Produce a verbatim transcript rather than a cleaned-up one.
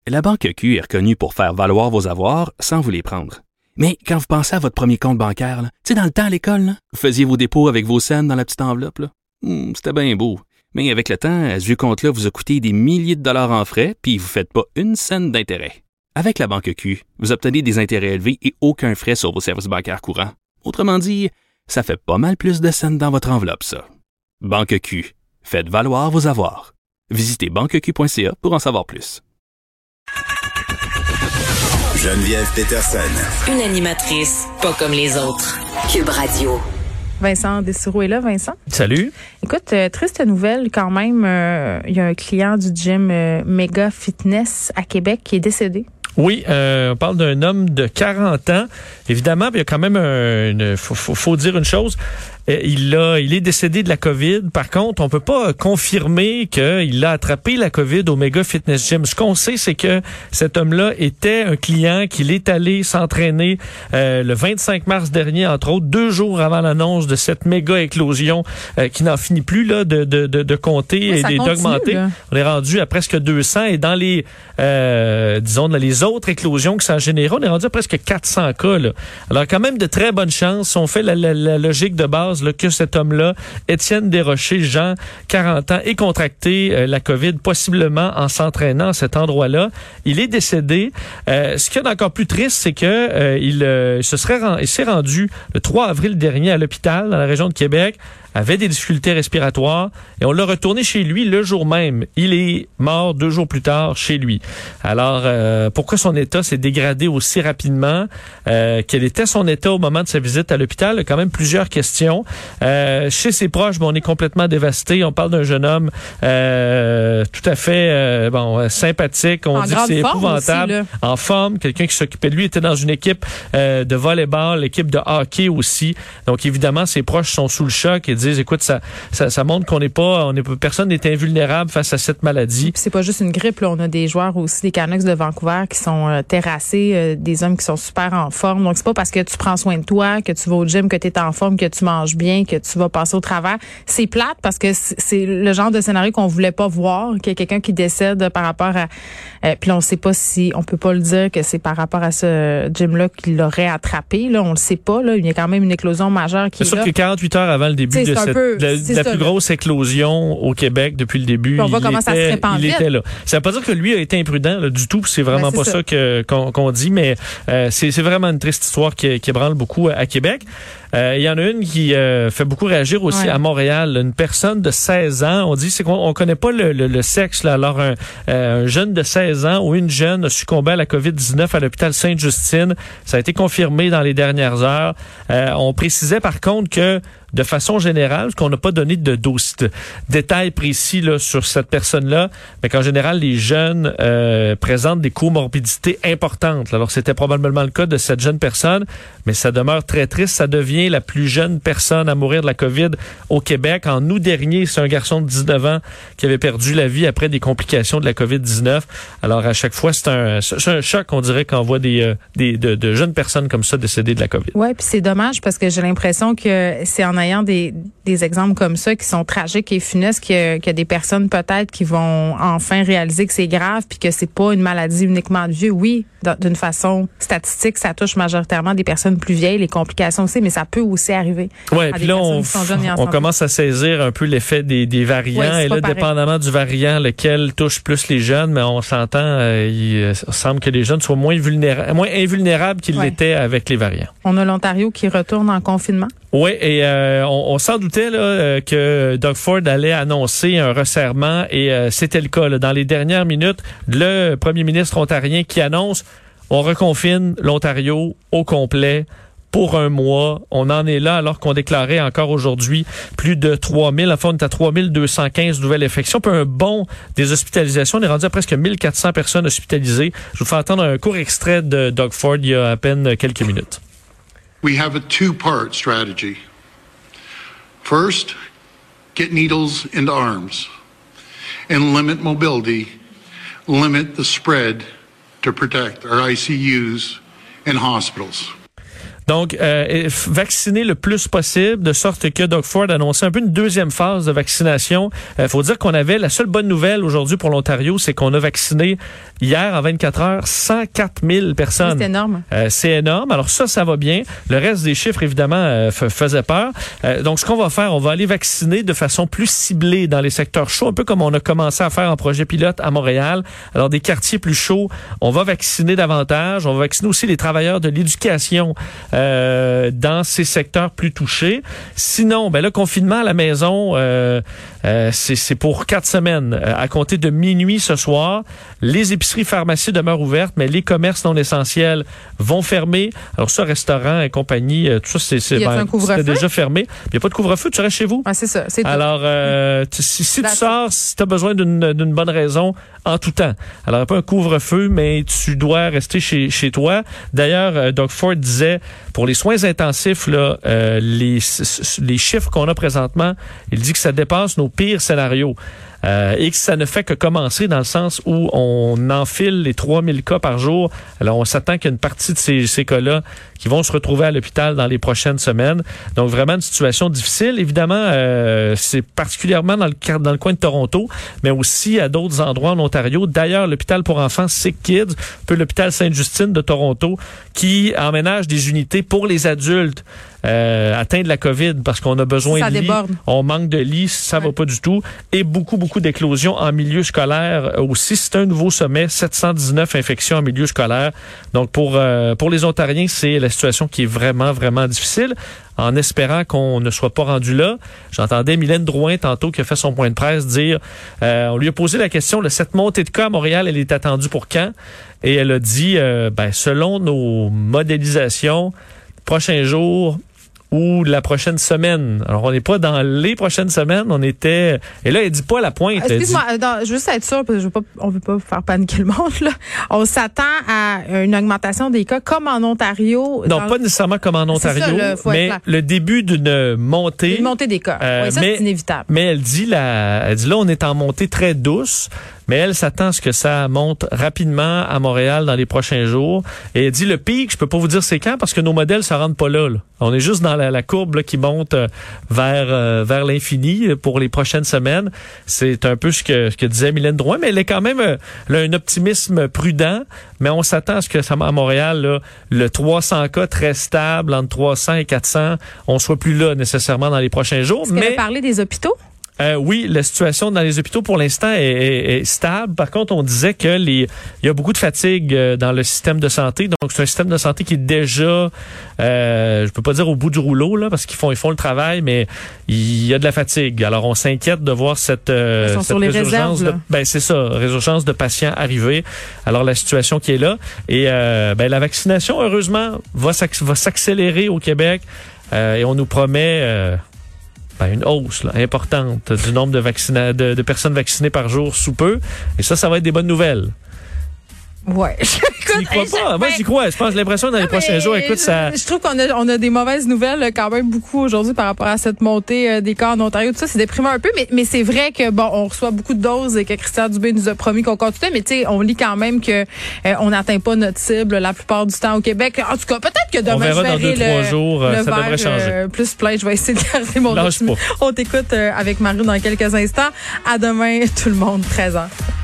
La Banque Q est reconnue pour faire valoir vos avoirs sans vous les prendre. Mais quand vous pensez à votre premier compte bancaire, tu sais, dans le temps à l'école, là, vous faisiez vos dépôts avec vos scènes dans la petite enveloppe. Là. Hum, c'était bien beau. Mais avec le temps, ce vieux compte-là vous a coûté des milliers de dollars en frais, puis vous ne faites pas une scène d'intérêt. Avec la Banque Q, vous obtenez des intérêts élevés et aucun frais sur vos services bancaires courants. Autrement dit, ça fait pas mal plus de scènes dans votre enveloppe, ça. Banque Q. Faites valoir vos avoirs. Visitez banque q point c a pour en savoir plus. Geneviève Peterson. Une animatrice pas comme les autres. Cube Radio. Vincent Dessureau est là. Vincent? Salut. Écoute, euh, triste nouvelle quand même. Il euh, y a un client du gym euh, Mega Fitness à Québec qui est décédé. Oui, euh, on parle d'un homme de quarante ans. Évidemment, il y a quand même un... Faut, faut, faut dire une chose. Il a, il est décédé de la COVID. Par contre, on peut pas confirmer qu'il a attrapé la COVID au Mega Fitness Gym. Ce qu'on sait, c'est que cet homme-là était un client qu'il est allé s'entraîner euh, le vingt-cinq mars dernier, entre autres, deux jours avant l'annonce de cette méga éclosion euh, qui n'en finit plus là de de de, de compter oui, et d'augmenter. Là. On est rendu à presque deux cents et dans les euh, disons dans les autres éclosions que ça a généré, on est rendu à presque quatre cents cas là. Alors quand même de très bonnes chances. On fait la, la, la logique de base là, que cet homme-là, Étienne Desrochers, Jean, quarante ans, ait contracté euh, la COVID, possiblement en s'entraînant à cet endroit-là. Il est décédé. Euh, ce qui est encore plus triste, c'est que euh, il, euh, se serait rend, il s'est rendu le trois avril dernier à l'hôpital dans la région de Québec, avait des difficultés respiratoires et on l'a retourné chez lui le jour même. Il est mort deux jours plus tard chez lui. Alors, euh, pourquoi son état s'est dégradé aussi rapidement? Euh, quel était son état au moment de sa visite à l'hôpital? Il y a quand même plusieurs questions. Euh, chez ses proches, bon, on est complètement dévasté. On parle d'un jeune homme euh, tout à fait euh, bon sympathique. On en dit que c'est épouvantable. Aussi, en forme, quelqu'un qui s'occupait de lui, était dans une équipe euh, de volleyball, l'équipe de hockey aussi. Donc, évidemment, ses proches sont sous le choc et disent, écoute, ça, ça, ça montre qu'on n'est pas, on est, personne n'est invulnérable face à cette maladie. Puis c'est pas juste une grippe, là. On a des joueurs aussi, des Canucks de Vancouver qui sont euh, terrassés, euh, des hommes qui sont super en forme. Donc c'est pas parce que tu prends soin de toi, que tu vas au gym, que tu es en forme, que tu manges bien, que tu vas passer au travers. C'est plate parce que c'est le genre de scénario qu'on voulait pas voir, qu'il y a quelqu'un qui décède par rapport à... Euh, puis là, on sait pas si, on peut pas le dire que c'est par rapport à ce gym-là qu'il l'aurait attrapé. Là, on le sait pas. Là, il y a quand même une éclosion majeure qui est, est là. C'est sûr que quarante-huit heures avant le début T'sais, de cette, peu, la, la plus grosse éclosion au Québec depuis le début, on voit il, comment était, ça se répand il vite. était là. Ça veut pas dire que lui a été imprudent là, du tout. C'est vraiment ben, c'est pas ça, ça que, qu'on, qu'on dit, mais euh, c'est, c'est vraiment une triste histoire qui, qui ébranle beaucoup à, à Québec. Euh, il y en a une qui euh, fait beaucoup réagir aussi ouais. à Montréal. Une personne de seize ans, on dit c'est qu'on on connaît pas le, le, le sexe. Là. Alors, un, euh, un jeune de seize ans ou une jeune a succombé à la covid dix-neuf à l'hôpital Sainte-Justine. Ça a été confirmé dans les dernières heures. Euh, on précisait par contre que de façon générale, parce qu'on n'a pas donné de, de, de détails précis là, sur cette personne-là, mais qu'en général, les jeunes euh, présentent des comorbidités importantes. Alors, c'était probablement le cas de cette jeune personne, mais ça demeure très triste. Ça devient la plus jeune personne à mourir de la COVID au Québec. En août dernier, c'est un garçon de dix-neuf ans qui avait perdu la vie après des complications de la covid dix-neuf. Alors, à chaque fois, c'est un, c'est un choc, on dirait, quand on voit des, euh, des, de, de jeunes personnes comme ça décéder de la COVID. Oui, puis c'est dommage parce que j'ai l'impression que c'est en ayant des, des exemples comme ça qui sont tragiques et funestes qu'il y a, qu'il y a des personnes peut-être qui vont enfin réaliser que c'est grave puis que c'est pas une maladie uniquement de vieux. Oui, d'une façon statistique, ça touche majoritairement des personnes plus vieilles, les complications aussi, mais ça peut aussi arriver. Oui, puis là, on, on commence à saisir un peu l'effet des, des variants. Ouais, et là, pareil. Dépendamment du variant, lequel touche plus les jeunes, mais on s'entend, euh, il euh, semble que les jeunes soient moins vulnérables, moins invulnérables qu'ils ouais. l'étaient avec les variants. On a l'Ontario qui retourne en confinement. Oui, et euh, on, on s'en doutait là, euh, que Doug Ford allait annoncer un resserrement et euh, c'était le cas. Là. Dans les dernières minutes, le premier ministre ontarien qui annonce on reconfine l'Ontario au complet pour un mois. On en est là alors qu'on déclarait encore aujourd'hui plus de trois mille. Enfin, on est à trois mille deux cent quinze nouvelles infections. Puis un bond des hospitalisations. On est rendu à presque mille quatre cents personnes hospitalisées. Je vous fais entendre un court extrait de Doug Ford il y a à peine quelques minutes. We have a two-part strategy. First, get needles into arms and limit mobility, limit the spread to protect our I C Us and hospitals. Donc, euh, vacciner le plus possible, de sorte que Doug Ford a annoncé un peu une deuxième phase de vaccination. Il euh, faut dire qu'on avait, la seule bonne nouvelle aujourd'hui pour l'Ontario, c'est qu'on a vacciné hier, en vingt-quatre heures, cent quatre mille personnes. C'est énorme. Euh, c'est énorme. Alors ça, ça va bien. Le reste des chiffres, évidemment, euh, f- faisait peur. Euh, donc, ce qu'on va faire, on va aller vacciner de façon plus ciblée dans les secteurs chauds, un peu comme on a commencé à faire en projet pilote à Montréal. Alors, des quartiers plus chauds, on va vacciner davantage. On va vacciner aussi les travailleurs de l'éducation euh, dans ces secteurs plus touchés. Sinon, ben le confinement à la maison, euh, euh, c'est, c'est pour quatre semaines. Euh, à compter de minuit ce soir, les épiceries, pharmacies demeurent ouvertes, mais les commerces non essentiels vont fermer. Alors ça, restaurants et compagnie, euh, tout ça, c'est, c'est, ben, c'était déjà fermé. Il n'y a pas de couvre-feu, tu restes chez vous. Ah, c'est ça. C'est Alors, euh, tu, si, si tu sors, si tu as besoin d'une, d'une bonne raison, en tout temps. Alors, il n'y a pas un couvre-feu, mais tu dois rester chez, chez toi. D'ailleurs, euh, Doug Ford disait, pour les soins intensifs, là, euh, les, les chiffres qu'on a présentement, il dit que ça dépasse nos pires scénarios. Euh, et que ça ne fait que commencer dans le sens où on enfile les trois mille cas par jour. Alors, on s'attend qu'il y a une partie de ces, ces cas-là qui vont se retrouver à l'hôpital dans les prochaines semaines. Donc, vraiment une situation difficile. Évidemment, euh, c'est particulièrement dans le, dans le coin de Toronto, mais aussi à d'autres endroits en Ontario. D'ailleurs, l'hôpital pour enfants Sick Kids, un peu l'hôpital Sainte-Justine de Toronto, qui emménage des unités pour les adultes Euh, atteints de la COVID parce qu'on a besoin ça de lits, déborde. On manque de lits, ça ouais. va pas du tout, et beaucoup beaucoup d'éclosions en milieu scolaire aussi. C'est un nouveau sommet, sept cent dix-neuf infections en milieu scolaire. Donc pour euh, pour les Ontariens, c'est la situation qui est vraiment vraiment difficile. En espérant qu'on ne soit pas rendu là. J'entendais Mylène Drouin tantôt qui a fait son point de presse dire, euh, on lui a posé la question, là, cette montée de cas à Montréal, elle est attendue pour quand? Et elle a dit, euh, ben selon nos modélisations, prochains jours ou la prochaine semaine. Alors, on n'est pas dans les prochaines semaines, on était... Et là, elle dit pas la pointe. Excuse-moi, dit... non, je veux juste être sûre, parce que je veux pas, on veut pas faire paniquer le monde, là. On s'attend à une augmentation des cas, comme en Ontario. Non, dans... pas nécessairement comme en Ontario, ça, là, mais le début d'une montée... Une montée des cas. Euh, oui, ça, mais, c'est inévitable. Mais elle dit, la, elle dit là, on est en montée très douce, mais elle s'attend à ce que ça monte rapidement à Montréal dans les prochains jours. Et elle dit, le pic, je peux pas vous dire c'est quand, parce que nos modèles ne se rendent pas là, là. On est juste dans la, la courbe là, qui monte euh, vers euh, vers l'infini pour les prochaines semaines. C'est un peu ce que, ce que disait Mylène Drouin, mais elle est quand même euh, là, un optimisme prudent. Mais on s'attend à ce que ça, à Montréal, là, le trois cents cas très stable, entre trois cents et quatre cents, on soit plus là nécessairement dans les prochains jours. Est-ce mais qu'elle a parlé des hôpitaux? Euh, oui, la situation dans les hôpitaux pour l'instant est, est, est stable. Par contre, on disait que les il y a beaucoup de fatigue dans le système de santé. Donc, c'est un système de santé qui est déjà, euh, je peux pas dire au bout du rouleau là, parce qu'ils font ils font le travail, mais il y a de la fatigue. Alors, on s'inquiète de voir cette, euh, cette sur les résurgence. réserves, de, ben c'est ça, résurgence de patients arriver. Alors, la situation qui est là et euh, ben la vaccination, heureusement, va, va s'accélérer au Québec euh, et on nous promet. Euh, Ben, une hausse là, importante du nombre de, vaccina- de, de personnes vaccinées par jour sous peu. Et ça, ça va être des bonnes nouvelles. Ouais. Tu y crois pas? Moi, j'y crois. Je pense l'impression dans les prochains jours, écoute, ça... Je trouve qu'on a, on a des mauvaises nouvelles quand même beaucoup aujourd'hui par rapport à cette montée euh, des cas en Ontario. Tout ça, c'est déprimant un peu, mais, mais c'est vrai que, bon, on reçoit beaucoup de doses et que Christian Dubé nous a promis qu'on continuait, mais tu sais, on lit quand même que euh, on n'atteint pas notre cible la plupart du temps au Québec. En tout cas, peut-être que demain, on verra je verrai dans deux, le, trois jours, le ça verre, devrait changer. Euh, plus plein. Je vais essayer de garder mon Lâche pas. On t'écoute euh, avec Marie dans quelques instants. À demain, tout le monde, treize heures.